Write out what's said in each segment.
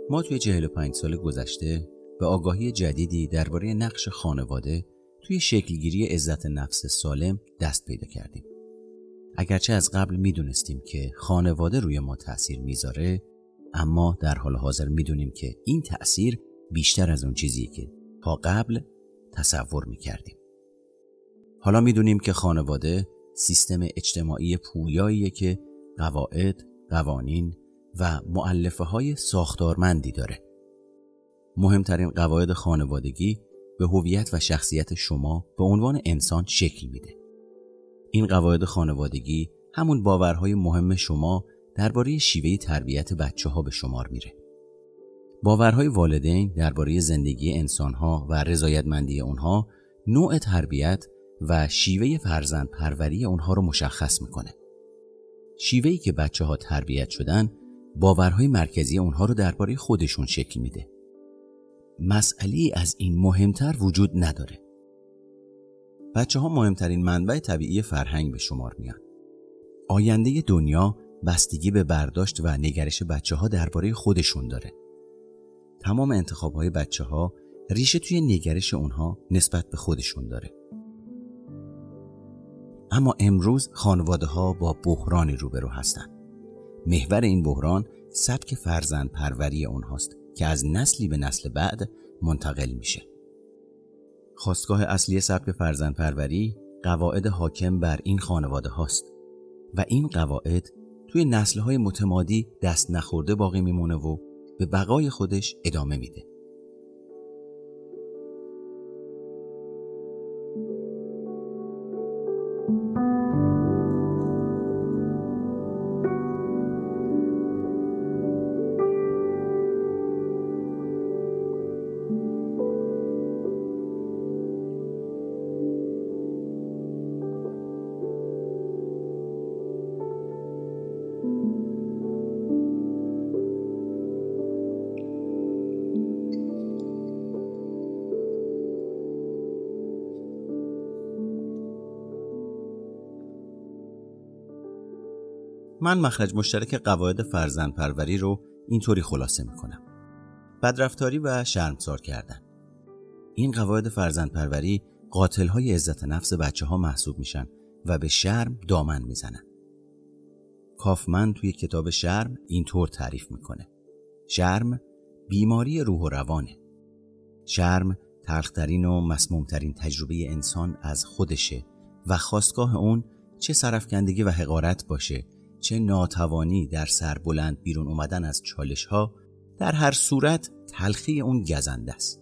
ما توی 45 سال گذشته به آگاهی جدیدی درباره نقش خانواده توی شکلگیری عزت نفس سالم دست پیدا کردیم. اگرچه از قبل میدونستیم که خانواده روی ما تأثیر میذاره، اما در حال حاضر میدونیم که این تأثیر بیشتر از اون چیزیه که تا قبل تصور میکردیم. حالا میدونیم که خانواده سیستم اجتماعی پویاییه که قواعد، قوانین و مؤلفه‌های ساختارمندی داره. مهمترین قواعد خانوادگی به هویت و شخصیت شما به عنوان انسان شکل میده. این قواعد خانوادگی همون باورهای مهم شما درباره شیوه تربیت بچه‌ها به شمار میره. باورهای والدین درباره زندگی انسان‌ها و رضایتمندی اونها نوع تربیت و شیوه فرزند پروری اونها رو مشخص میکنه. شیوهی که بچه‌ها تربیت شدن باورهای مرکزی اونها رو درباره خودشون شکل میده. مسئله از این مهمتر وجود نداره. بچه‌ها مهمترین منبع طبیعی فرهنگ به شمار میان. آینده دنیا بستگی به برداشت و نگرش بچه‌ها درباره خودشون داره. تمام انتخاب‌های بچه‌ها ریشه توی نگرش اونها نسبت به خودشون داره. اما امروز خانواده‌ها با بحرانی روبرو هستن. محور این بحران سبک فرزند پروری اونهاست که از نسلی به نسل بعد منتقل میشه. خاستگاه اصلی سبک فرزند پروری قواعد حاکم بر این خانواده هاست و این قواعد توی نسل‌های متمادی دست نخورده باقی میمونه و به بقای خودش ادامه میده. من مخرج مشترک قواعد فرزند پروری رو اینطوری خلاصه میکنم: بدرفتاری و شرمسار کردن. این قواعد فرزند پروری قاتل‌های عزت نفس بچه‌ها محسوب میشن و به شرم دامن میزنن. کافمن توی کتاب شرم اینطور تعریف میکنه: شرم بیماری روح و روانه. شرم تلخ‌ترین و مسموم‌ترین تجربه انسان از خودشه و خاستگاه اون چه سرافکندگی و حقارت باشه، چه ناتوانی در سربلند بیرون اومدن از چالش‌ها، در هر صورت تلخی اون گزنده است.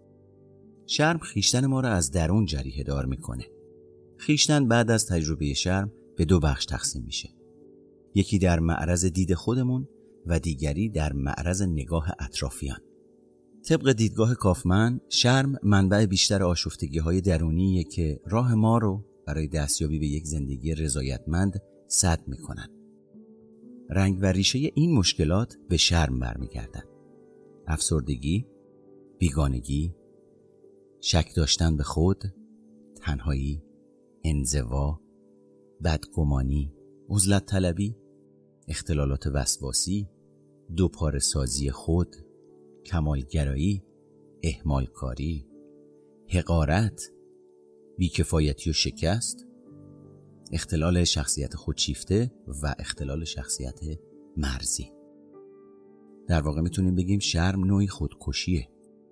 شرم خیشتن ما را از درون جریحه دار میکنه. خیشتن بعد از تجربه شرم به دو بخش تقسیم میشه. یکی در معرض دید خودمون و دیگری در معرض نگاه اطرافیان. طبق دیدگاه کافمن، شرم منبع بیشتر آشفتگی‌های درونیه که راه ما رو برای دستیابی به یک زندگی رضایتمند سد میکنن. رنگ و ریشه این مشکلات به شرم برمیگردن: افسردگی، بیگانگی، شک داشتن به خود، تنهایی، انزوا، بدگمانی، عزلت طلبی، اختلالات وسواسی، دوپاره سازی خود، کمالگرایی، اهمالکاری، حقارت، بیکفایتی و شکست، اختلال شخصیت خودشیفته و اختلال شخصیت مرزی. در واقع میتونیم بگیم شرم نوعی خودکشیه.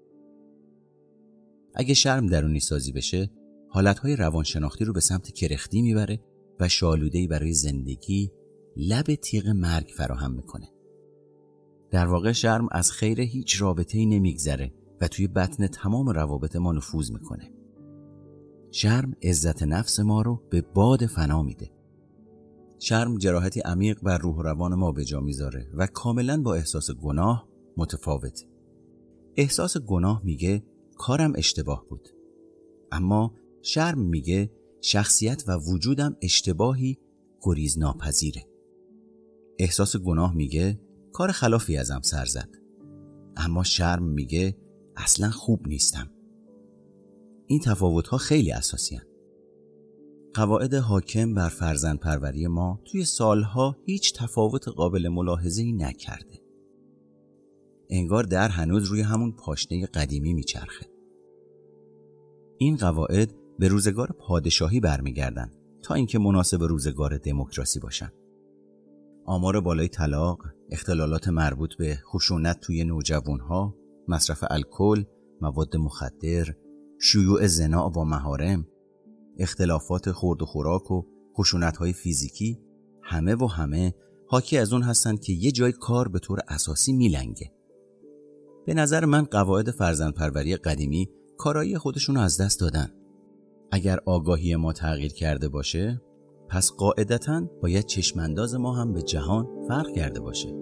اگه شرم درونی سازی بشه، حالتهای روانشناختی رو به سمت کرختی میبره و شالوده‌ای برای زندگی لب تیغ مرگ فراهم میکنه. در واقع شرم از خیر هیچ رابطه‌ای نمیگذره و توی بطن تمام روابط ما نفوذ میکنه. شرم عزت نفس ما رو به باد فنا میده. شرم جراحتی عمیق بر روح و روان ما به جا میذاره و کاملا با احساس گناه متفاوته. احساس گناه میگه کارم اشتباه بود، اما شرم میگه شخصیت و وجودم اشتباهی گریزناپذیره. احساس گناه میگه کار خلافی ازم سر زد، اما شرم میگه اصلا خوب نیستم. این تفاوت‌ها خیلی اساسی هستند. قواعد حاکم بر فرزند پروری ما توی سالها هیچ تفاوت قابل ملاحظه‌ای نکرده. انگار در هنوز روی همون پاشنه قدیمی میچرخه. این قواعد به روزگار پادشاهی برمیگردن تا اینکه مناسب روزگار دموکراسی باشن. آمار بالای طلاق، اختلالات مربوط به خشونت توی نوجوانها، مصرف الکل، مواد مخدر، شیوع زنا با محارم، اختلافات خورد و خوراک و خشونت‌های فیزیکی، همه حاکی از اون هستن که یه جای کار به طور اساسی میلنگه. به نظر من قواعد فرزندپروری قدیمی کارایی خودشونو از دست دادن. اگر آگاهی ما تغییر کرده باشه، پس قاعدتاً باید چشمانداز ما هم به جهان فرق کرده باشه.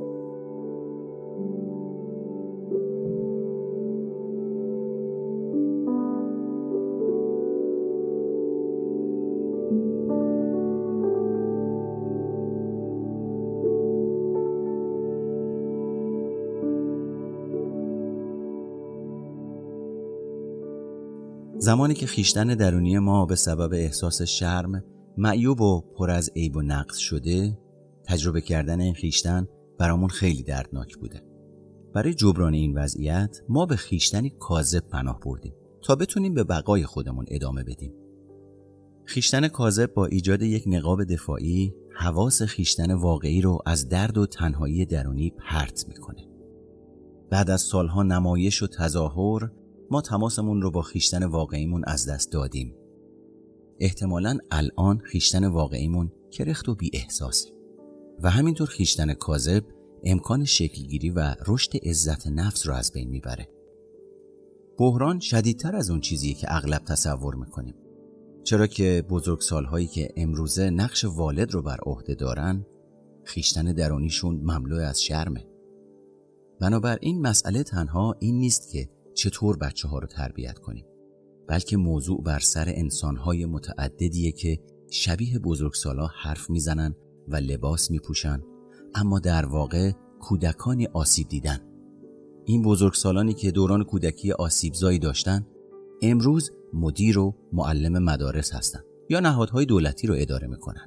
زمانی که خویشتن درونی ما به سبب احساس شرم معیوب و پر از عیب و نقص شده، تجربه کردن این خویشتن برامون خیلی دردناک بوده. برای جبران این وضعیت ما به خویشتنی کاذب پناه بردیم تا بتونیم به بقای خودمون ادامه بدیم. خویشتن کاذب با ایجاد یک نقاب دفاعی حواس خویشتن واقعی رو از درد و تنهایی درونی پرت میکنه. بعد از سالها نمایش و تظاهر ما تماسمون رو با خویشتن واقعیمون از دست دادیم. احتمالاً الان خویشتن واقعیمون کرخت و بی احساسه و همینطور خویشتن کاذب امکان شکلگیری و رشد عزت نفس رو از بین میبره. بحران شدیدتر از اون چیزیه که اغلب تصور میکنیم، چرا که بزرگسال‌هایی که امروزه نقش والد رو بر عهده دارن خویشتن درونیشون مملو از شرمه. بنابراین مسئله تنها این نیست که چطور بچه‌ها رو تربیت کنیم، بلکه موضوع بر سر انسان‌های متعددیه که شبیه بزرگسالا حرف میزنن و لباس میپوشن، اما در واقع کودکانی آسیب دیدن. این بزرگسالانی که دوران کودکی آسیبزایی داشتن امروز مدیر و معلم مدارس هستن یا نهادهای دولتی رو اداره میکنن.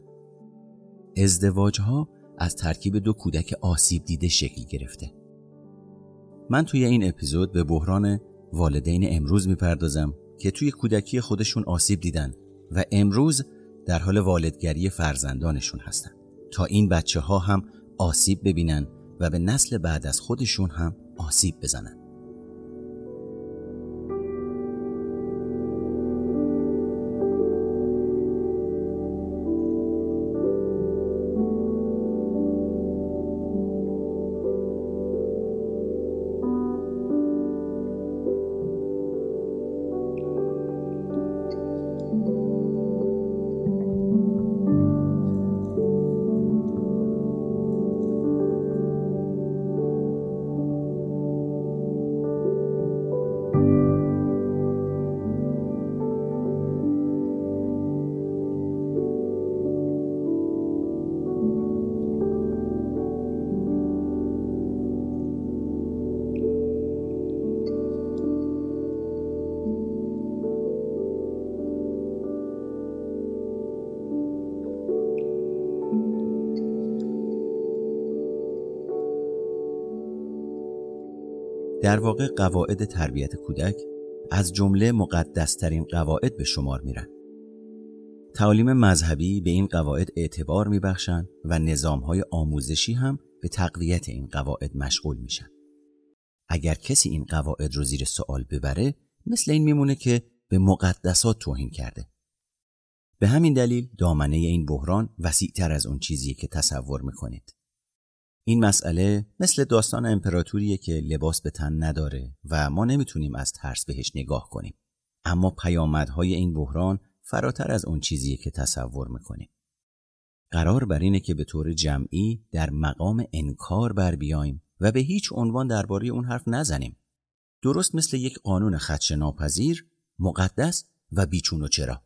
ازدواج‌ها از ترکیب دو کودک آسیب دیده شکل گرفته. من توی این اپیزود به بحران والدین امروز میپردازم که توی کودکی خودشون آسیب دیدن و امروز در حال والدگری فرزندانشون هستن تا این بچه‌ها هم آسیب ببینن و به نسل بعد از خودشون هم آسیب بزنن. در واقع قواعد تربیت کودک از جمله مقدس‌ترین قواعد به شمار میرن. تعالیم مذهبی به این قواعد اعتبار میبخشن و نظام‌های آموزشی هم به تقویت این قواعد مشغول میشن. اگر کسی این قواعد رو زیر سوال ببره، مثل این میمونه که به مقدسات توهین کرده. به همین دلیل دامنه این بحران وسیع‌تر از اون چیزیه که تصور میکنید. این مسئله مثل داستان امپراتوریه که لباس به تن نداره و ما نمیتونیم از ترس بهش نگاه کنیم. اما پیامدهای این بحران فراتر از اون چیزیه که تصور میکنیم. قرار بر اینه که به طور جمعی در مقام انکار بر بیایم و به هیچ عنوان درباره اون حرف نزنیم. درست مثل یک قانون خدشه ناپذیر، مقدس و بیچون و چرا.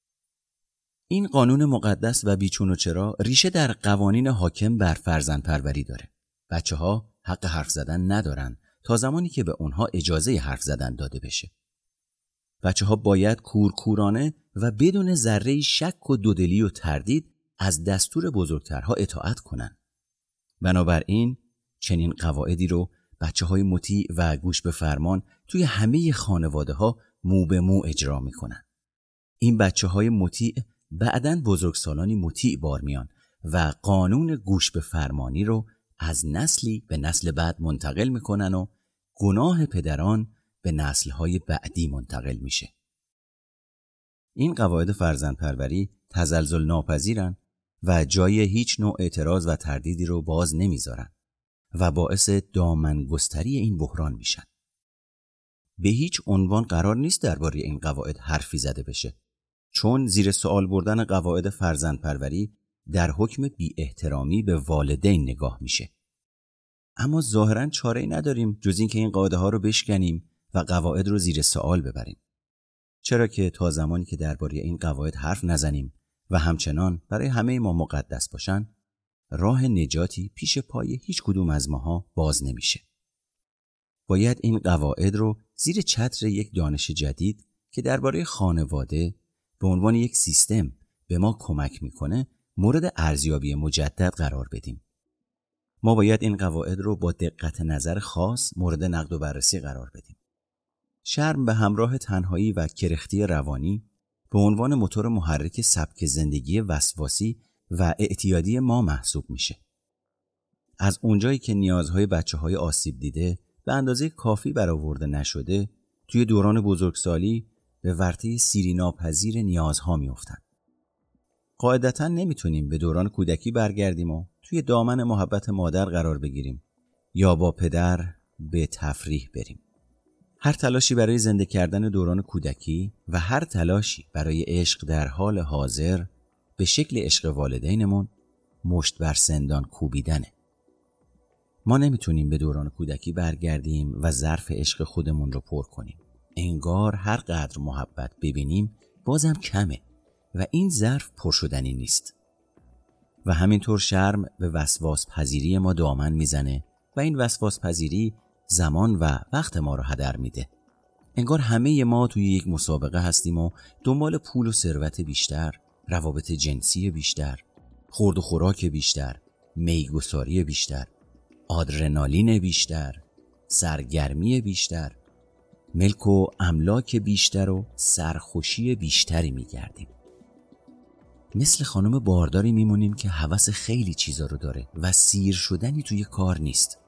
این قانون مقدس و بیچون و چرا ریشه در قوانین حاکم بر فرزندپروری داره. بچه‌ها حق حرف زدن ندارن تا زمانی که به اونها اجازه حرف زدن داده بشه. بچه‌ها باید کورکورانه و بدون ذره شک و دودلی و تردید از دستور بزرگترها اطاعت کنن. بنابراین چنین قواعدی رو بچه‌های مطیع و گوش به فرمان توی همه خانواده‌ها مو به مو اجرا میکنن. این بچه‌های مطیع بعداً بزرگسالانی مطیع بار میان و قانون گوش به فرمانی رو از نسلی به نسل بعد منتقل میکنن و گناه پدران به نسل‌های بعدی منتقل میشه. این قواعد فرزندپروری تزلزل ناپذیرن و جای هیچ نوع اعتراض و تردیدی رو باز نمیذارن و باعث دامنگستری این بحران میشن. به هیچ عنوان قرار نیست درباره این قواعد حرفی زده بشه، چون زیر سوال بردن قواعد فرزندپروری در حکم بی احترامی به والدین نگاه میشه. اما ظاهراً چاره‌ای نداریم جز این که این قاعده ها رو بشکنیم و قواعد رو زیر سوال ببریم. چرا که تا زمانی که درباره این قواعد حرف نزنیم و همچنان برای همه ما مقدس باشن، راه نجاتی پیش پای هیچ کدوم از ماها باز نمیشه. باید این قواعد رو زیر چتر یک دانش جدید که درباره خانواده به عنوان یک سیستم به ما کمک میکنه مورد ارزیابی مجدد قرار بدیم. ما باید این قواعد رو با دقت نظر خاص مورد نقد و بررسی قرار بدیم. شرم به همراه تنهایی و کرختی روانی به عنوان موتور محرک سبک زندگی وسواسی و اعتیادی ما محسوب میشه. از اونجایی که نیازهای بچه‌های آسیب دیده به اندازه کافی برآورده نشده، توی دوران بزرگسالی به ورطه سیری ناپذیر نیازها میافتن. قاعدتاً نمیتونیم به دوران کودکی برگردیم و توی دامن محبت مادر قرار بگیریم یا با پدر به تفریح بریم. هر تلاشی برای زنده کردن دوران کودکی و هر تلاشی برای عشق در حال حاضر به شکل عشق والدینمون مشت بر سندان کوبیدنه. ما نمیتونیم به دوران کودکی برگردیم و ظرف عشق خودمون رو پر کنیم. انگار هر قدر محبت ببینیم بازم کمه و این ظرف پر شدنی نیست. و همینطور شرم به وسواس پذیری ما دامن میزنه و این وسواس پذیری زمان و وقت ما رو هدر میده. انگار همه ما توی یک مسابقه هستیم و دنبال پول و ثروت بیشتر، روابط جنسی بیشتر، خورد و خوراک بیشتر، میگساری بیشتر، آدرنالین بیشتر، سرگرمی بیشتر، ملک و املاک بیشتر و سرخوشی بیشتری میگردیم. مثل خانم بارداری میمونیم که هوس خیلی چیزا رو داره و سیر شدنی توی کار نیست.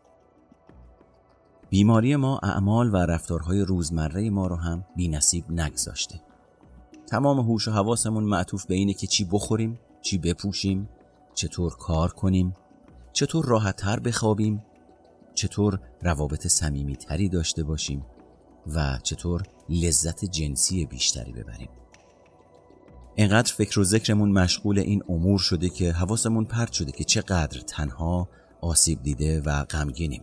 بیماری ما اعمال و رفتارهای روزمره ما رو هم بی نصیب نگذاشته. تمام هوش و حواسمون معطوف به اینه که چی بخوریم، چی بپوشیم، چطور کار کنیم، چطور راحت‌تر بخوابیم، چطور روابط صمیمی‌تری داشته باشیم و چطور لذت جنسی بیشتری ببریم. اینقدر فکر و ذکرمون مشغول این امور شده که حواسمون پرت شده که چقدر تنها، آسیب دیده و غمگینیم.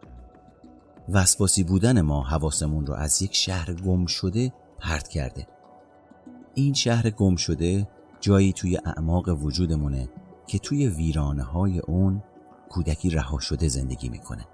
وسواسی بودن ما حواسمون رو از یک شهر گم شده پرت کرده. این شهر گم شده جایی توی اعماق وجودمونه که توی ویرانه‌های اون کودکی رها شده زندگی میکنه.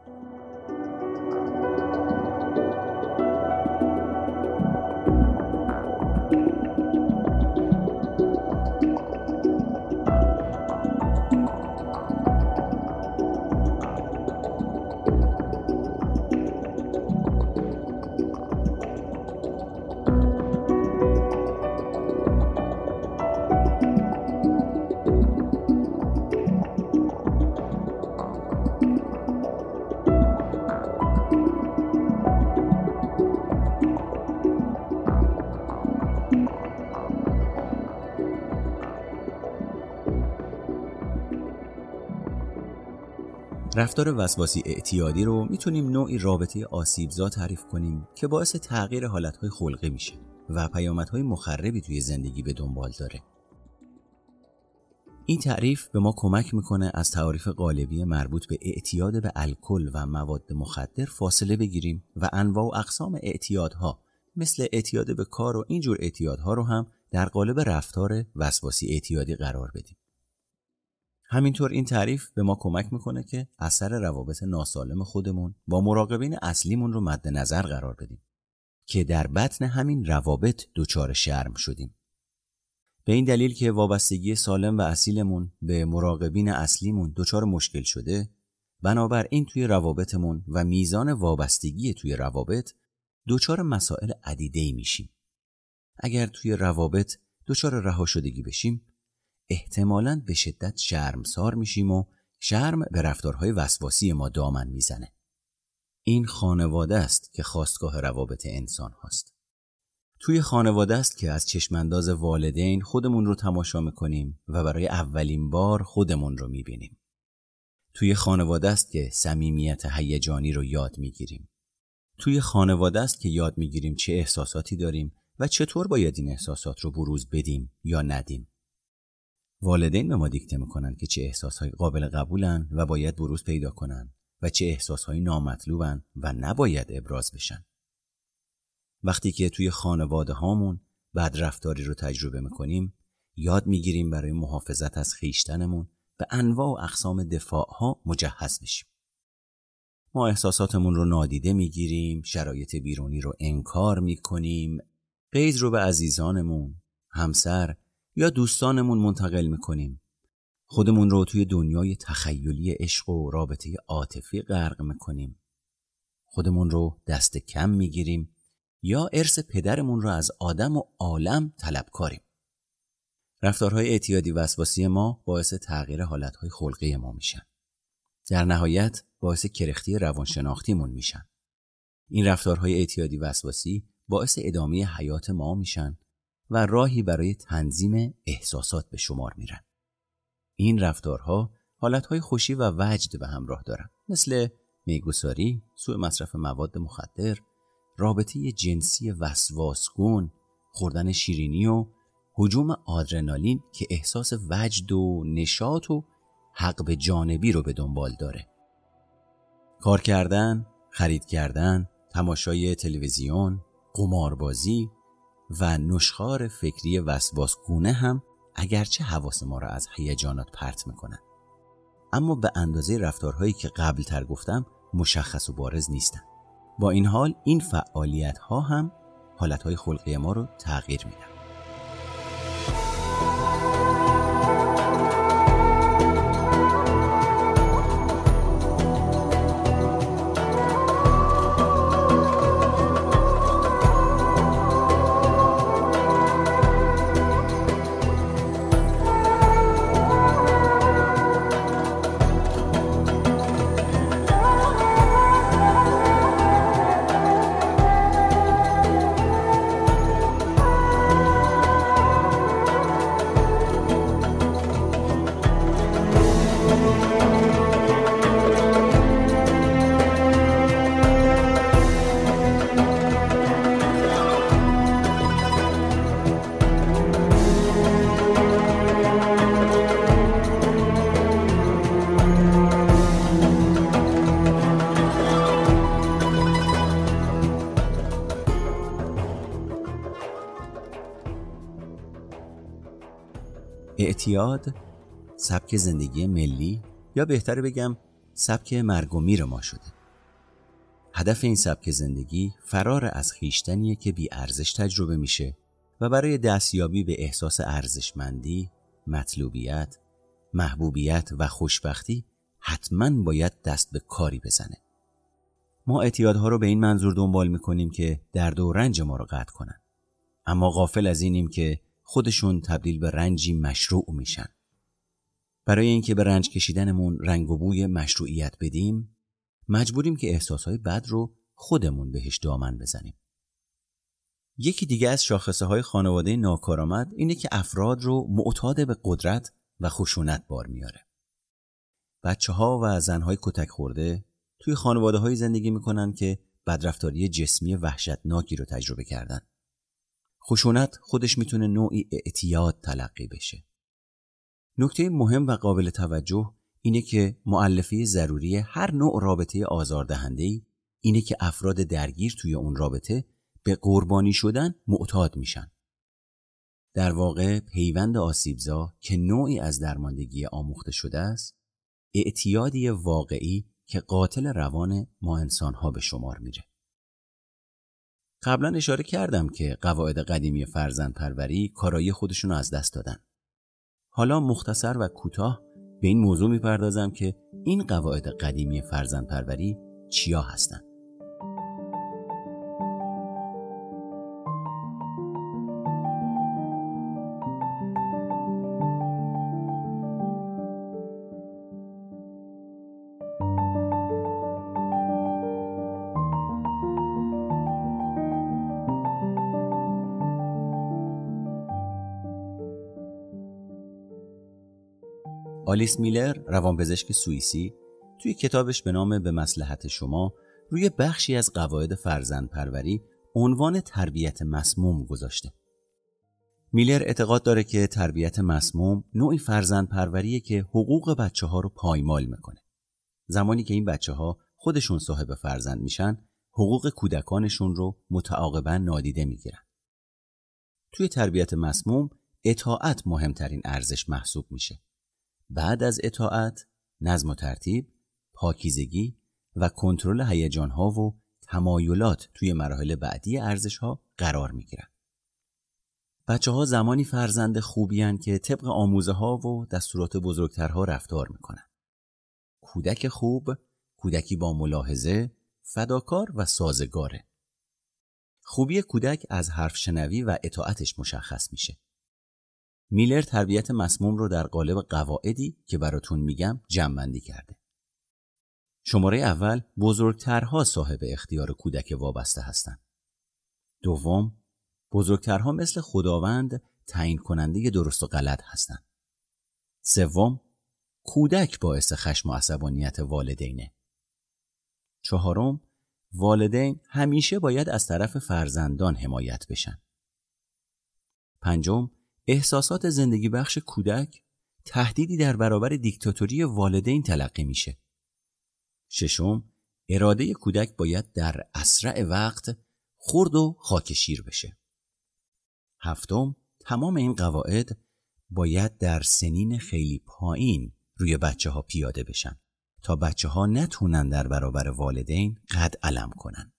رفتار وسواسی اعتیادی رو میتونیم نوعی رابطه آسیبزا تعریف کنیم که باعث تغییر حالتهای خلقی میشه و پیامدهای مخربی توی زندگی به دنبال داره. این تعریف به ما کمک میکنه از تعاریف قالبی مربوط به اعتیاد به الکل و مواد مخدر فاصله بگیریم و انواع و اقسام اعتیادها مثل اعتیاد به کار و اینجور اعتیادها رو هم در قالب رفتار وسواسی اعتیادی قرار بدیم. همینطور این تعریف به ما کمک میکنه که اثر روابط ناسالم خودمون با مراقبین اصلیمون رو مد نظر قرار بدیم که در بطن همین روابط دچار شرم شدیم. به این دلیل که وابستگی سالم و اصیلمون به مراقبین اصلیمون دچار مشکل شده، بنابراین توی روابطمون و میزان وابستگی توی روابط دچار مسائل عدیده‌ای میشیم. اگر توی روابط دچار رهاشدگی بشیم، احتمالاً به شدت شرمسار میشیم و شرم به رفتارهای وسواسی ما دامن میزنه. این خانواده است که خاستگاه روابط انسان هاست. توی خانواده است که از چشمانداز والدین خودمون رو تماشا میکنیم و برای اولین بار خودمون رو میبینیم. توی خانواده است که صمیمیت هیجانی رو یاد میگیریم. توی خانواده است که یاد میگیریم چه احساساتی داریم و چطور باید این احساسات رو بروز بدیم یا ندیم. والدین به ما دیکته میکنن که چه احساسهای قابل قبولن و باید بروز پیدا کنن و چه احساسهای نامطلوبن و نباید ابراز بشن. وقتی که توی خانواده هامون بدرفتاری رو تجربه میکنیم، یاد میگیریم برای محافظت از خویشتنمون به انواع و اقسام دفاعها مجهز بشیم. ما احساساتمون رو نادیده میگیریم، شرایط بیرونی رو انکار میکنیم، غیظ رو به عزیزانمون، همسر یا دوستانمون منتقل میکنیم. خودمون رو توی دنیای تخیلی عشق و رابطه عاطفی غرق میکنیم. خودمون رو دست کم میگیریم یا ارث پدرمون رو از آدم و عالم طلبکاریم. رفتارهای اعتیادی وسواسی ما باعث تغییر حالتهای خلقی ما میشن. در نهایت باعث کرختی روانشناختیمون میشن. این رفتارهای اعتیادی وسواسی باعث ادامه حیات ما میشن و راهی برای تنظیم احساسات به شمار میرن. این رفتارها حالتهای خوشی و وجد به همراه دارن، مثل میگساری، سوء مصرف مواد مخدر، رابطه جنسی وسواسگون، خوردن شیرینی و هجوم آدرنالین که احساس وجد و نشاط و حق جانبی رو به دنبال داره. کار کردن، خرید کردن، تماشای تلویزیون، قماربازی و نشخوار فکری وسواسگونه هم اگرچه حواس ما را از هیجانات پرت میکنن، اما به اندازه رفتارهایی که قبلتر گفتم مشخص و بارز نیستن. با این حال این فعالیت ها هم حالتهای خلقی ما رو تغییر میدن. اعتیاد سبک زندگی ملی یا بهتر بگم سبک مرگ و میر ما شده. هدف این سبک زندگی فرار از خویشتنیه که بی ارزش تجربه میشه و برای دستیابی به احساس ارزشمندی، مطلوبیت، محبوبیت و خوشبختی حتماً باید دست به کاری بزنه. ما اعتیادها رو به این منظور دنبال میکنیم که درد و رنج ما رو قطع کنن، اما غافل از اینیم که خودشون تبدیل به رنجی مشروع میشن. برای اینکه به رنج کشیدنمون رنگ و بوی مشروعیت بدیم، مجبوریم که احساسهای بد رو خودمون بهش دامن بزنیم. یکی دیگه از شاخصه‌های خانواده ناکارآمد اینه که افراد رو معتاد به قدرت و خشونت بار میاره. بچه‌ها و زن‌های کتک خورده توی خانواده‌های زندگی میکنن که بدرفتاری جسمی وحشتناکی رو تجربه کردن. خشونت خودش میتونه نوعی اعتیاد تلقی بشه. نکته مهم و قابل توجه اینه که مؤلفه ضروری هر نوع رابطه آزاردهنده‌ای اینه که افراد درگیر توی اون رابطه به قربانی شدن معتاد میشن. در واقع پیوند آسیبزا که نوعی از درماندگی آموخته شده است، اعتیادی واقعی که قاتل روان ما انسان‌ها به شمار میره. قبلا اشاره کردم که قواعد قدیمی فرزندپروری کارایی خودشونو از دست دادن. حالا مختصر و کوتاه به این موضوع میپردازم که این قواعد قدیمی فرزندپروری چیا هستند؟ آلیس میلر، روانپزشک سوئیسی، توی کتابش به نام به مصلحت شما روی بخشی از قواعد فرزندپروری عنوان تربیت مسموم گذاشته. میلر اعتقاد داره که تربیت مسموم نوعی فرزندپروریه که حقوق بچه‌ها رو پایمال میکنه. زمانی که این بچه‌ها خودشون صاحب فرزند میشن، حقوق کودکانشون رو متعاقباً نادیده میگیرن. توی تربیت مسموم اطاعت مهمترین ارزش محسوب میشه. بعد از اطاعت، نظم و ترتیب، پاکیزگی و کنترل هیجان‌ها و تمایلات توی مراحل بعدی ارزش‌ها قرار می‌گیرن. بچه‌ها زمانی فرزند خوبی‌اند که طبق آموزه‌ها و دستورات بزرگترها رفتار می‌کنن. کودک خوب، کودکی با ملاحظه، فداکار و سازگاره. خوبی کودک از حرف شنوی و اطاعتش مشخص میشه. میلر تربیت مسموم رو در قالب قواعدی که براتون میگم جمع‌بندی کرده. شماره اول، بزرگترها صاحب اختیار کودک وابسته هستند. دوم، بزرگترها مثل خداوند تعیین کننده درست و غلط هستند. سوم، کودک باعث خشم و عصبانیت والدینه. چهارم، والدین همیشه باید از طرف فرزندان حمایت بشن. پنجم، احساسات زندگی بخش کودک تهدیدی در برابر دیکتاتوری والدین تلقی میشه. ششم، اراده کودک باید در اسرع وقت خرد و خاکشیر بشه. هفتم، تمام این قواعد باید در سنین خیلی پایین روی بچه‌ها پیاده بشن تا بچه‌ها نتونن در برابر والدین قد علم کنن.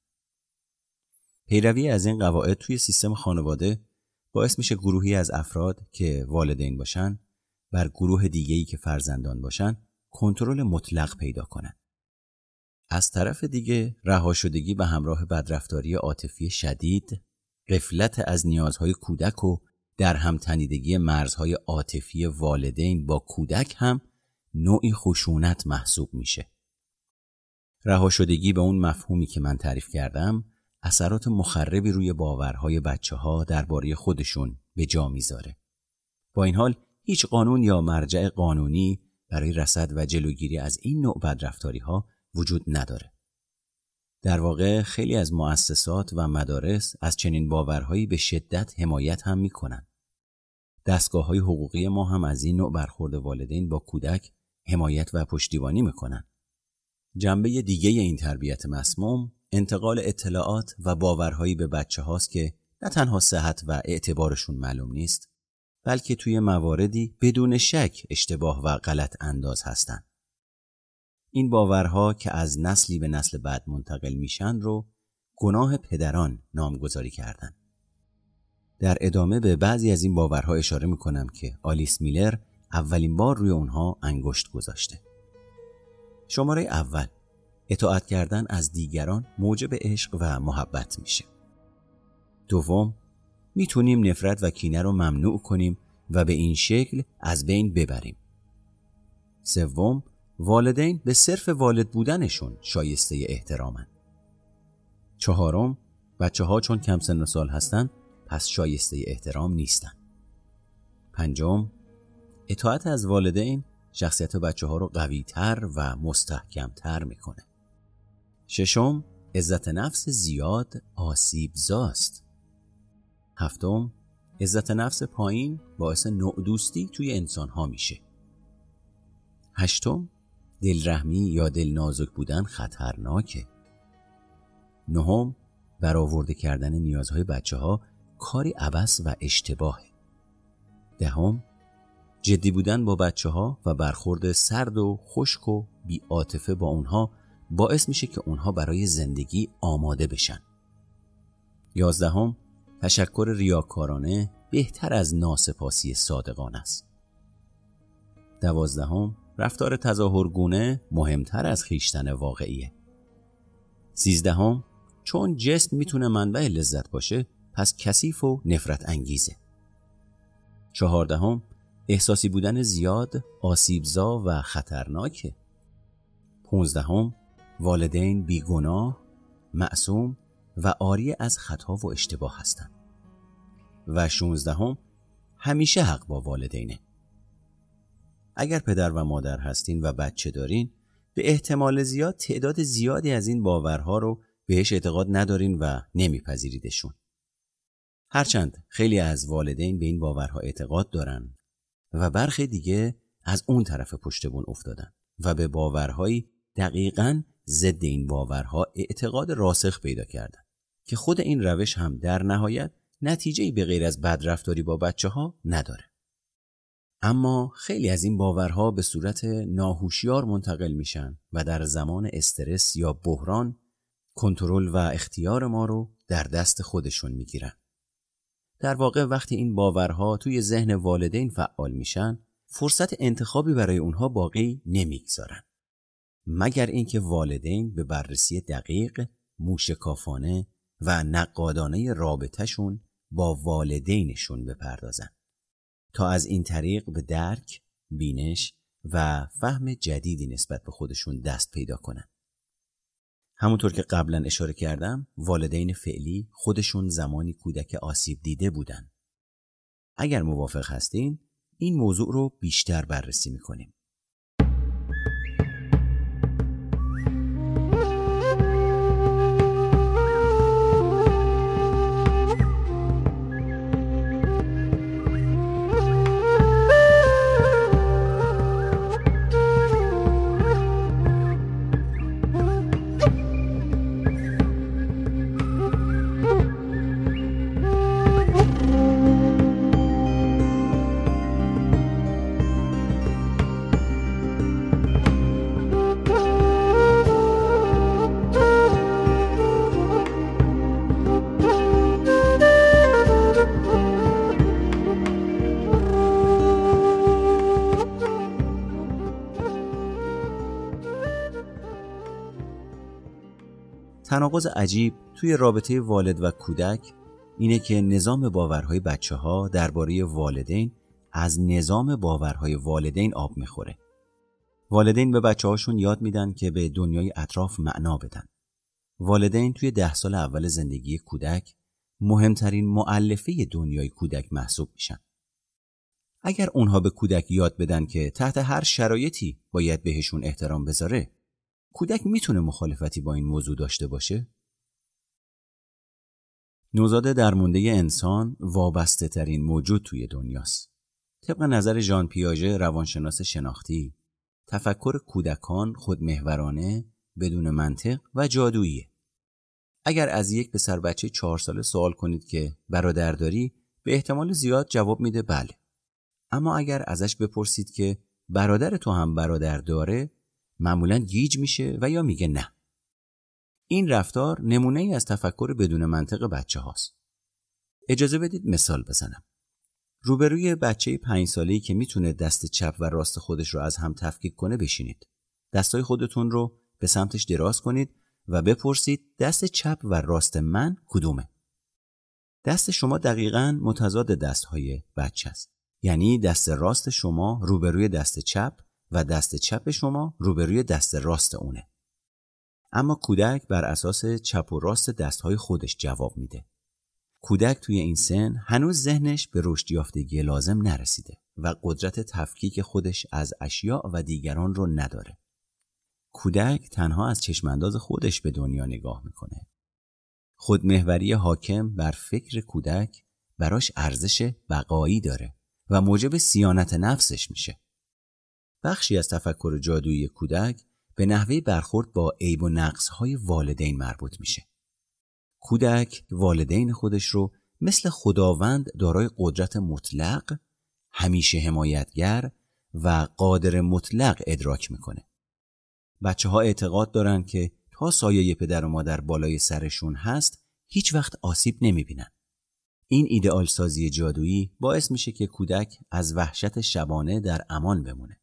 پیروی از این قواعد توی سیستم خانواده باعث میشه گروهی از افراد که والدین باشن بر گروه دیگه‌ای که فرزندان باشن کنترل مطلق پیدا کنن. از طرف دیگه رهاشدگی به همراه بدرفتاری عاطفی شدید، غفلت از نیازهای کودک و در هم تنیدگی مرزهای عاطفی والدین با کودک هم نوعی خشونت محسوب میشه. رهاشدگی به اون مفهومی که من تعریف کردم اثرات مخربی روی باورهای بچه‌ها درباره خودشون به جا میذاره. با این حال هیچ قانون یا مرجع قانونی برای رصد و جلوگیری از این نوع بدرفتاری‌ها وجود نداره. در واقع خیلی از مؤسسات و مدارس از چنین باورهایی به شدت حمایت هم میکنن. دستگاه‌های حقوقی ما هم از این نوع برخورد والدین با کودک حمایت و پشتیبانی میکنن. جنبه دیگه این تربیت مسموم انتقال اطلاعات و باورهایی به بچه هاست که نه تنها صحت و اعتبارشون معلوم نیست، بلکه توی مواردی بدون شک اشتباه و غلط انداز هستن. این باورها که از نسلی به نسل بعد منتقل میشن رو گناه پدران نامگذاری کردن. در ادامه به بعضی از این باورها اشاره میکنم که آلیس میلر اولین بار روی اونها انگشت گذاشته. شماره اول، اطاعت کردن از دیگران موجب عشق و محبت میشه. دوم، میتونیم نفرت و کینه رو ممنوع کنیم و به این شکل از بین ببریم. سوم، والدین به صرف والد بودنشون شایسته احترامن. چهارم، بچه‌ها چون کم سن و سال هستن پس شایسته احترام نیستن. پنجم، اطاعت از والدین شخصیت بچه‌ها رو قوی‌تر و مستحکم‌تر میکنه. ششم، عزت نفس زیاد آسیب‌زاست. هفتم، عزت نفس پایین باعث نوع‌دوستی توی انسان‌ها میشه. هشتم، دلرحمی یا دل نازک بودن خطرناکه. نهم، برآورده کردن نیازهای بچه‌ها کاری عبث و اشتباهه. دهم، جدی بودن با بچه‌ها و برخورد سرد و خشک و بی‌عاطفه با اونها باعث میشه که اونها برای زندگی آماده بشن. 11، تشکر ریاکارانه بهتر از ناسپاسی صادقانه است. 12، رفتار تظاهرگونه مهمتر از خویشتن واقعیه. 13 چون جسم میتونه منبع لذت باشه پس کثیف و نفرت انگیزه. 14 احساسی بودن زیاد آسیبزا و خطرناکه. 15 والدین بیگناه، معصوم و عاری از خطا و اشتباه هستند. و 16 همیشه حق با والدینه. اگر پدر و مادر هستین و بچه دارین به احتمال زیاد تعداد زیادی از این باورها رو بهش اعتقاد ندارین و نمیپذیریدشون. هرچند خیلی از والدین به این باورها اعتقاد دارن و برخی دیگه از اون طرف پشت بون افتادن و به باورهایی دقیقاً ضد این باورها اعتقاد راسخ پیدا کردن که خود این روش هم در نهایت نتیجه‌ای به غیر از بدرفتاری با بچه‌ها نداره. اما خیلی از این باورها به صورت ناهوشیار منتقل میشن و در زمان استرس یا بحران کنترل و اختیار ما رو در دست خودشون میگیرن. در واقع وقتی این باورها توی ذهن والدین فعال میشن، فرصت انتخابی برای اونها باقی نمیگذارن. مگر اینکه والدین به بررسی دقیق، موشکافانه و نقادانه رابطه‌شون با والدینشون بپردازن تا از این طریق به درک، بینش و فهم جدیدی نسبت به خودشون دست پیدا کنن. همونطور که قبلا اشاره کردم، والدین فعلی خودشون زمانی کودک آسیب دیده بودن. اگر موافق هستین، این موضوع رو بیشتر بررسی میکنیم. تناقض عجیب توی رابطه والد و کودک اینه که نظام باورهای بچه‌ها درباره والدین از نظام باورهای والدین آب میخوره. والدین به بچه‌هاشون یاد میدن که به دنیای اطراف معنا بدن. والدین توی 10 سال اول زندگی کودک مهمترین مؤلفه دنیای کودک محسوب میشن. اگر اونها به کودک یاد بدن که تحت هر شرایطی باید بهشون احترام بذاره، کودک میتونه مخالفتی با این موضوع داشته باشه؟ نوزاد درمونده انسان وابسته ترین موجود توی دنیاست. طبق نظر ژان پیاژه روانشناس شناختی، تفکر کودکان خودمحورانه، بدون منطق و جادوییه. اگر از یک پسر بچه 4 ساله سوال کنید که برادر داری، به احتمال زیاد جواب میده بله. اما اگر ازش بپرسید که برادر تو هم برادر داره، معمولاً گیج میشه و یا میگه نه. این رفتار نمونه ای از تفکر بدون منطق بچه هاست. اجازه بدید مثال بزنم. روبروی بچه 5 ساله‌ای که میتونه دست چپ و راست خودش رو از هم تفکیک کنه بشینید. دستای خودتون رو به سمتش دراز کنید و بپرسید دست چپ و راست من کدومه؟ دست شما دقیقاً متضاد دستهای بچه است. یعنی دست راست شما روبروی دست چپ و دست چپ شما روبروی دست راست اونه. اما کودک بر اساس چپ و راست دستهای خودش جواب میده. کودک توی این سن هنوز ذهنش به رشد یافتگی لازم نرسیده و قدرت تفکیک خودش از اشیاء و دیگران رو نداره. کودک تنها از چشمانداز خودش به دنیا نگاه میکنه. خودمحوری حاکم بر فکر کودک براش ارزش بقایی داره و موجب صیانت نفسش میشه. بخشی از تفکر جادویی کودک به نحوه برخورد با عیب و نقص‌های والدین مربوط میشه. کودک والدین خودش رو مثل خداوند دارای قدرت مطلق، همیشه حمایتگر و قادر مطلق ادراک میکنه. بچه‌ها اعتقاد دارن که تا سایه پدر و مادر بالای سرشون هست، هیچ وقت آسیب نمیبینن. این ایدئال سازی جادویی باعث میشه که کودک از وحشت شبانه در امان بمونه.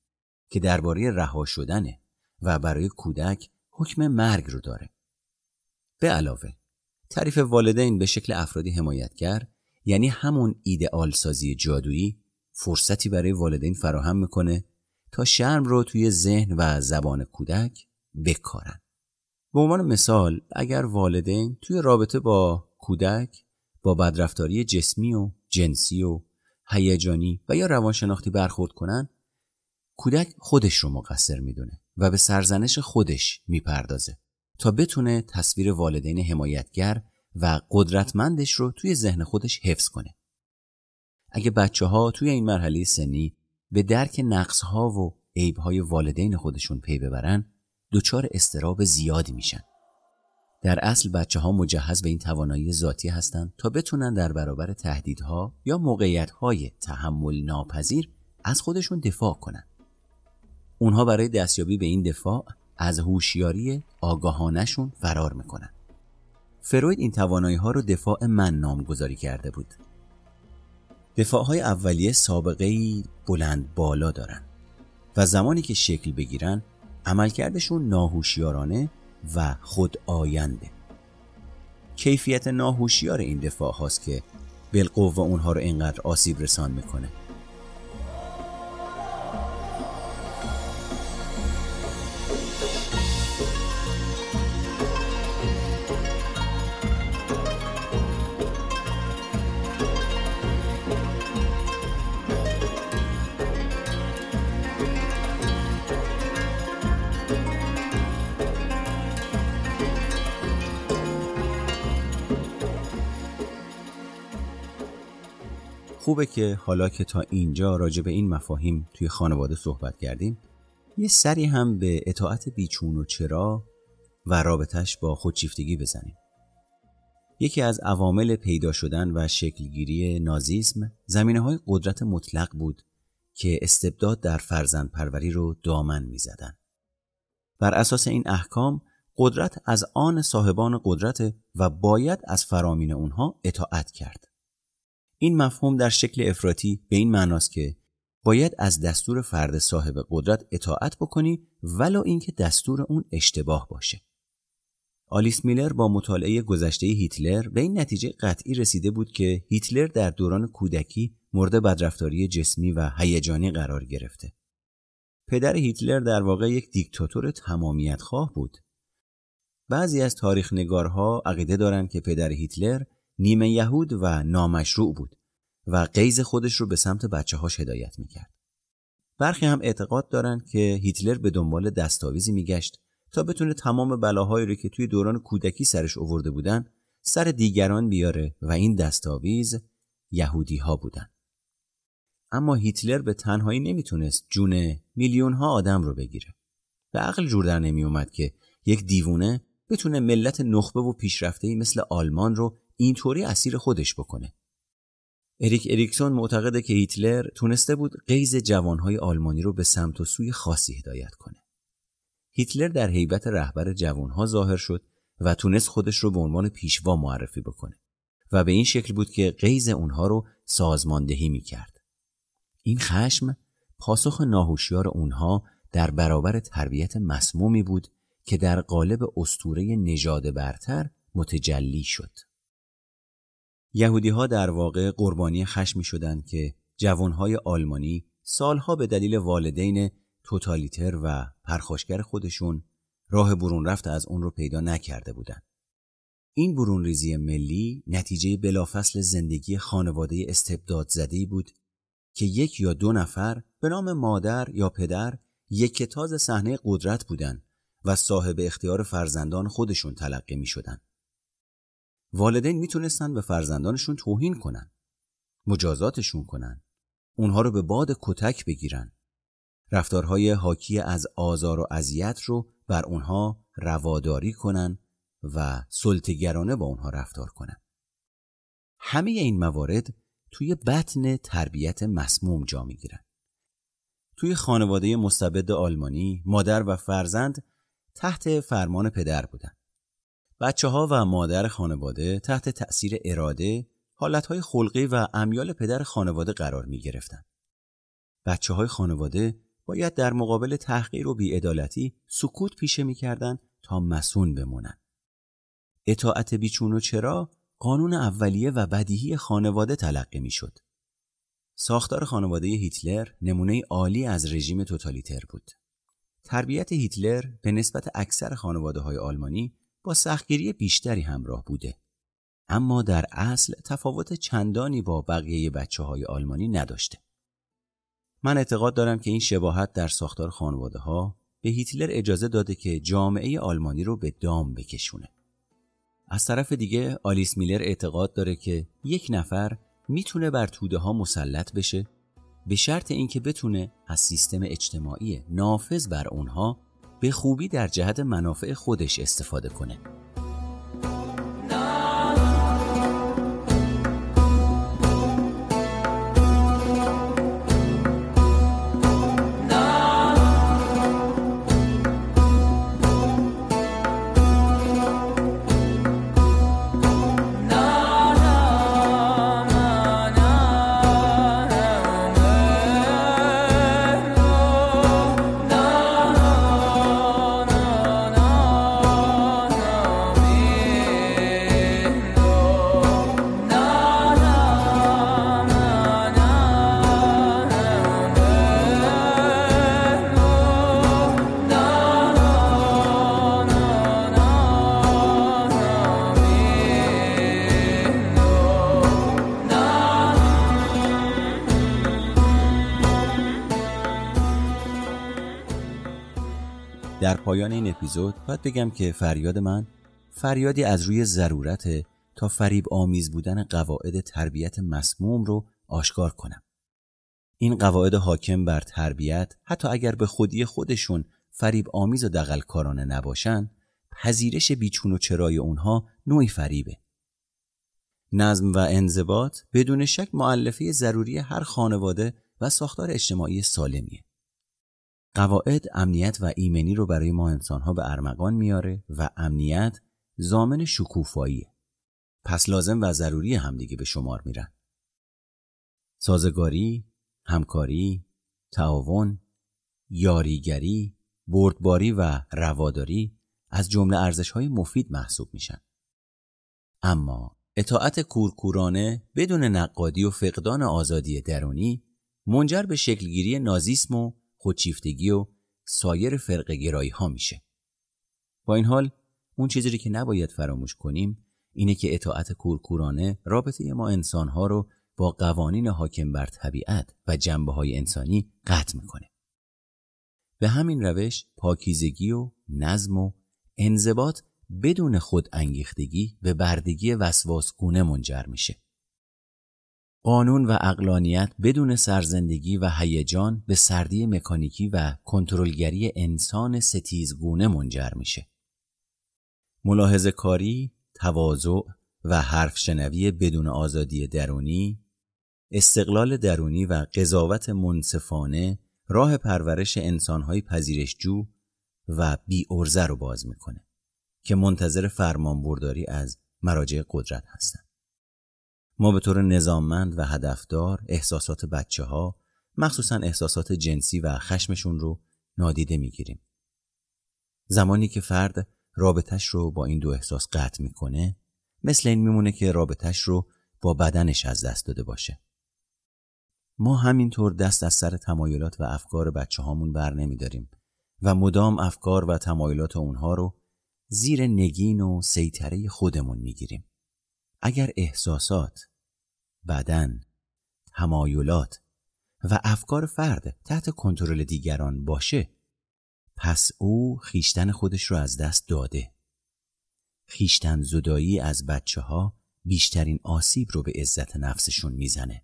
که درباره رها شدنه و برای کودک حکم مرگ رو داره. به علاوه تعریف والدین به شکل افرادی حمایتگر، یعنی همون ایدئال سازی جادویی، فرصتی برای والدین فراهم میکنه تا شرم رو توی ذهن و زبان کودک بکارن. به عنوان مثال، اگر والدین توی رابطه با کودک با بدرفتاری جسمی و جنسی و هیجانی و یا روانشناختی برخورد کنن، کودک خودش رو مقصر میدونه و به سرزنش خودش میپردازه تا بتونه تصویر والدین حمایتگر و قدرتمندش رو توی ذهن خودش حفظ کنه. اگه بچه‌ها توی این مرحله سنی به درک نقص‌ها و عیب‌های والدین خودشون پی ببرن، دچار اضطراب زیادی میشن. در اصل بچه‌ها مجهز به این توانایی ذاتی هستن تا بتونن در برابر تهدیدها یا موقعیت‌های تحمل ناپذیر از خودشون دفاع کنن. اونها برای دستیابی به این دفاع از هوشیاری آگاهانه‌شون فرار میکنن. فروید این توانایی‌ها رو دفاع من نامگذاری کرده بود. دفاع‌های اولیه سابقه‌ای بلند بالا دارن و زمانی که شکل بگیرن عملکردشون ناهوشیارانه و خودآینده. کیفیت ناهوشیار این دفاع هاست که بالقوه اونها رو اینقدر آسیب رسان میکنه. خوبه که حالا که تا اینجا راجع به این مفاهیم توی خانواده صحبت کردیم، یه سری هم به اطاعت بیچون و چرا و رابطش با خودشیفتگی بزنیم. یکی از عوامل پیدا شدن و شکلگیری نازیسم زمینه‌های قدرت مطلق بود که استبداد در فرزند پروری رو دامن می‌زدن. بر اساس این احکام قدرت از آن صاحبان قدرت و باید از فرامین اونها اطاعت کرد. این مفهوم در شکل افراطی به این معناست که باید از دستور فرد صاحب قدرت اطاعت بکنی ولو اینکه دستور اون اشتباه باشه. آلیس میلر با مطالعه گذشته هیتلر به این نتیجه قطعی رسیده بود که هیتلر در دوران کودکی مورد بدرفتاری جسمی و هیجانی قرار گرفته. پدر هیتلر در واقع یک دیکتاتور تمامیت خواه بود. بعضی از تاریخ نگارها عقیده دارند که پدر هیتلر نیمه یهود و نامشروع بود و غیظ خودش رو به سمت بچه‌هاش هدایت میکرد. برخی هم اعتقاد دارن که هیتلر به دنبال دستاویزی میگشت تا بتونه تمام بلاهایی رو که توی دوران کودکی سرش آورده بودن سر دیگران بیاره و این دستاویز یهودی ها بودن. اما هیتلر به تنهایی نمیتونست جون میلیون ها آدم رو بگیره. به عقل جور در نمی اومد که یک دیوونه بتونه ملت نخبه و پیشرفته‌ای مثل آلمان رو اینطوری اسیر خودش بکنه. اریک اریکسون معتقده که هیتلر تونسته بود غیظ جوانهای آلمانی رو به سمت و سوی خاصی هدایت کنه. هیتلر در هیبت رهبر جوانها ظاهر شد و تونست خودش رو به عنوان پیشوا معرفی بکنه و به این شکل بود که غیظ اونها رو سازماندهی میکرد. این خشم پاسخ ناهوشیار اونها در برابر تربیت مسمومی بود که در قالب اسطوره نژاد برتر متجلی شد. یهودی‌ها در واقع قربانی خشمی شدند که جوانهای آلمانی سالها به دلیل والدین توتالیتر و پرخاشگر خودشون راه برون رفت از اون رو پیدا نکرده بودند. این برون ریزی ملی نتیجه بلافصل زندگی خانواده استبداد زده‌ای بود که یک یا دو نفر به نام مادر یا پدر یک تاز صحنه قدرت بودند و صاحب اختیار فرزندان خودشون تلقی می شدن. والدین می تونستن به فرزندانشون توهین کنن، مجازاتشون کنن، اونها رو به باد کتک بگیرن، رفتارهای حاکی از آزار و اذیت رو بر اونها رواداری کنن و سلطه‌گرانه با اونها رفتار کنن. همه این موارد توی بطن تربیت مسموم جا می گیرن. توی خانواده مستبد آلمانی مادر و فرزند تحت فرمان پدر بودن. بچه‌ها و مادر خانواده تحت تأثیر اراده، حالتهای خلقی و امیال پدر خانواده قرار می گرفتن. بچه‌های خانواده باید در مقابل تحقیر و بی‌عدالتی سکوت پیشه می‌کردند تا مصون بمونن. اطاعت بیچون و چرا قانون اولیه و بدیهی خانواده تلقی می‌شد. ساختار خانواده هیتلر نمونه عالی از رژیم توتالیتر بود. تربیت هیتلر به نسبت اکثر خانواده‌های آلمانی با سختگیری بیشتری همراه بوده، اما در اصل تفاوت چندانی با بقیه بچه‌های آلمانی نداشته. من اعتقاد دارم که این شباهت در ساختار خانواده‌ها به هیتلر اجازه داده که جامعه آلمانی رو به دام بکشونه. از طرف دیگه آلیس میلر اعتقاد داره که یک نفر میتونه بر توده‌ها مسلط بشه به شرط اینکه بتونه از سیستم اجتماعی نافذ بر اونها به خوبی در جهت منافع خودش استفاده کنه. در پایان این اپیزود باید بگم که فریاد من فریادی از روی ضرورت تا فریب آمیز بودن قواعد تربیت مسموم رو آشکار کنم. این قواعد حاکم بر تربیت حتی اگر به خودی خودشون فریب آمیز و دغل‌کارانه نباشن، پذیرش بیچون و چرای اونها نوعی فریبه. نظم و انضباط بدون شک مؤلفه ضروری هر خانواده و ساختار اجتماعی سالمیه. قواعد امنیت و ایمنی رو برای ما انسان‌ها به ارمغان میاره و امنیت ضامن شکوفاییه. پس لازم و ضروری همدیگه به شمار میرن. سازگاری، همکاری، تعاون، یاریگری، بردباری و رواداری از جمله ارزش‌های مفید محسوب میشن. اما اطاعت کورکورانه بدون نقادی و فقدان آزادی درونی منجر به شکلگیری نازیسم و خودشیفتگی و سایر فرقه‌گرایی ها میشه. با این حال اون چیزی که نباید فراموش کنیم اینه که اطاعت کورکورانه رابطه ما انسان‌ها رو با قوانین حاکم بر طبیعت و جنبه‌های انسانی قطع میکنه. به همین روش پاکیزگی و نظم و انضباط بدون خود انگیختگی به بردگی وسواسگونه منجر میشه. قانون و عقلانیت بدون سرزندگی و هیجان به سردی مکانیکی و کنترلگری انسان ستیزگونه منجر میشه. ملاحظه کاری، تواضع و حرف شنوی بدون آزادی درونی، استقلال درونی و قضاوت منصفانه راه پرورش انسان‌های پذیرشجو و بی‌عرضه رو باز میکنه که منتظر فرمانبرداری از مراجع قدرت هستن. ما به طور نظاممند و هدفدار احساسات بچه‌ها، مخصوصاً احساسات جنسی و خشمشون رو نادیده میگیریم. زمانی که فرد رابطش رو با این دو احساس قطع میکنه، مثل این میمونه که رابطش رو با بدنش از دست داده باشه. ما همینطور دست از سر تمایلات و افکار بچه‌هامون بر نمیداریم و مدام افکار و تمایلات اونها رو زیر نگین و سیطره خودمون میگیریم. اگر احساسات، بدن، تمایلات و افکار فرد تحت کنترل دیگران باشه، پس او خویشتن خودش رو از دست داده. خویشتن زدایی از بچه‌ها بیشترین آسیب رو به عزت نفسشون میزنه.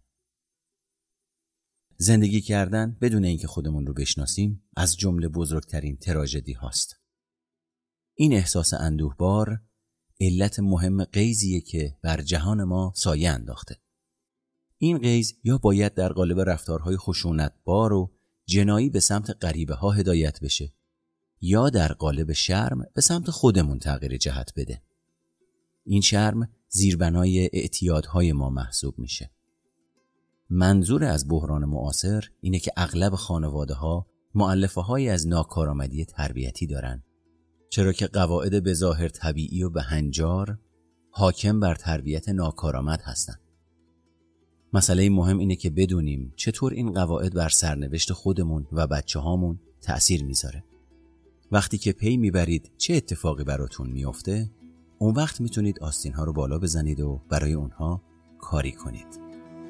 زندگی کردن بدون اینکه خودمون رو بشناسیم از جمله بزرگترین تراژدی هاست. این احساس اندوهبار علت مهم غیزیه که بر جهان ما سایه انداخته. این غیز یا باید در قالب رفتارهای خشونتبار و جنایی به سمت غریبه ها هدایت بشه یا در قالب شرم به سمت خودمون تغییر جهت بده. این شرم زیربنای اعتیادهای ما محسوب میشه. منظور از بحران معاصر اینه که اغلب خانواده‌ها مؤلفه‌هایی از ناکارآمدی تربیتی دارن، چرا که قواعد به ظاهر طبیعی و بهنجار حاکم بر تربیت ناکارآمد هستند. مسئله مهم اینه که بدونیم چطور این قواعد بر سرنوشت خودمون و بچه‌هامون تأثیر میذاره. وقتی که پی میبرید چه اتفاقی براتون میفته، اون وقت میتونید آستین‌ها رو بالا بزنید و برای اونها کاری کنید.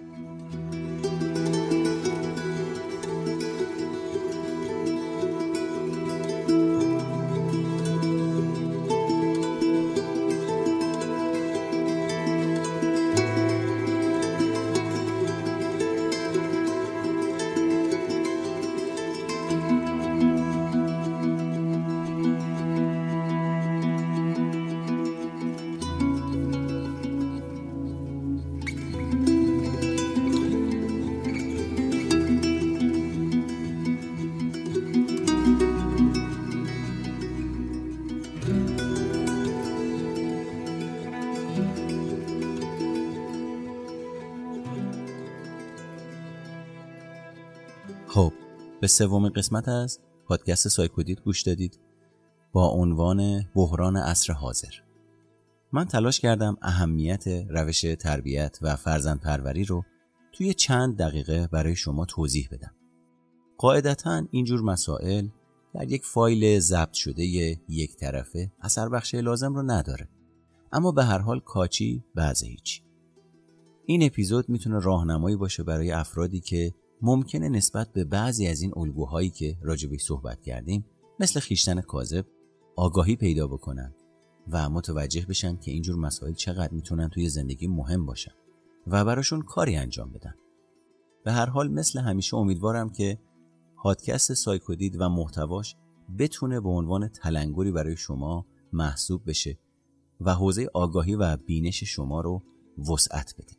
خب، به سومین قسمت از پادکست سایکودید گوش دادید با عنوان بحران عصر حاضر. من تلاش کردم اهمیت روش تربیت و فرزندپروری رو توی چند دقیقه برای شما توضیح بدم. قاعدتاً اینجور مسائل در یک فایل ضبط شده یک طرفه اثر بخش لازم رو نداره، اما به هر حال کاچی بعض هیچی. این اپیزود میتونه راهنمایی باشه برای افرادی که ممکنه نسبت به بعضی از این الگوهایی که راجبش صحبت کردیم مثل خویشتن کاذب آگاهی پیدا بکنن و متوجه بشن که اینجور مسائل چقدر میتونن توی زندگی مهم باشن و براشون کاری انجام بدن. به هر حال مثل همیشه امیدوارم که پادکست سایکودید و محتواش بتونه به عنوان تلنگری برای شما محسوب بشه و حوزه آگاهی و بینش شما رو وسعت بده.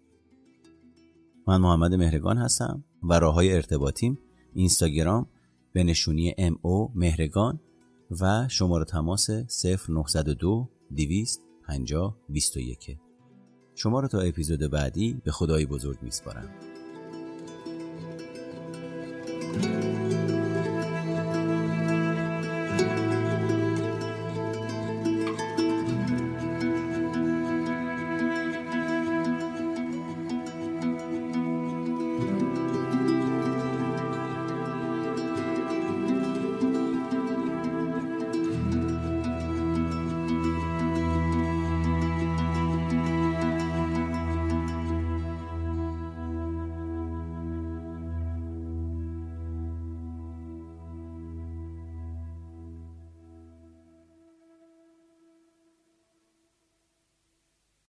من محمد مهرگان هستم و راه‌های ارتباطیم اینستاگرام به نشونی MO مهرگان و شماره تماس 0902 250 21. شما رو تا اپیزود بعدی به خدای بزرگ میسپارم.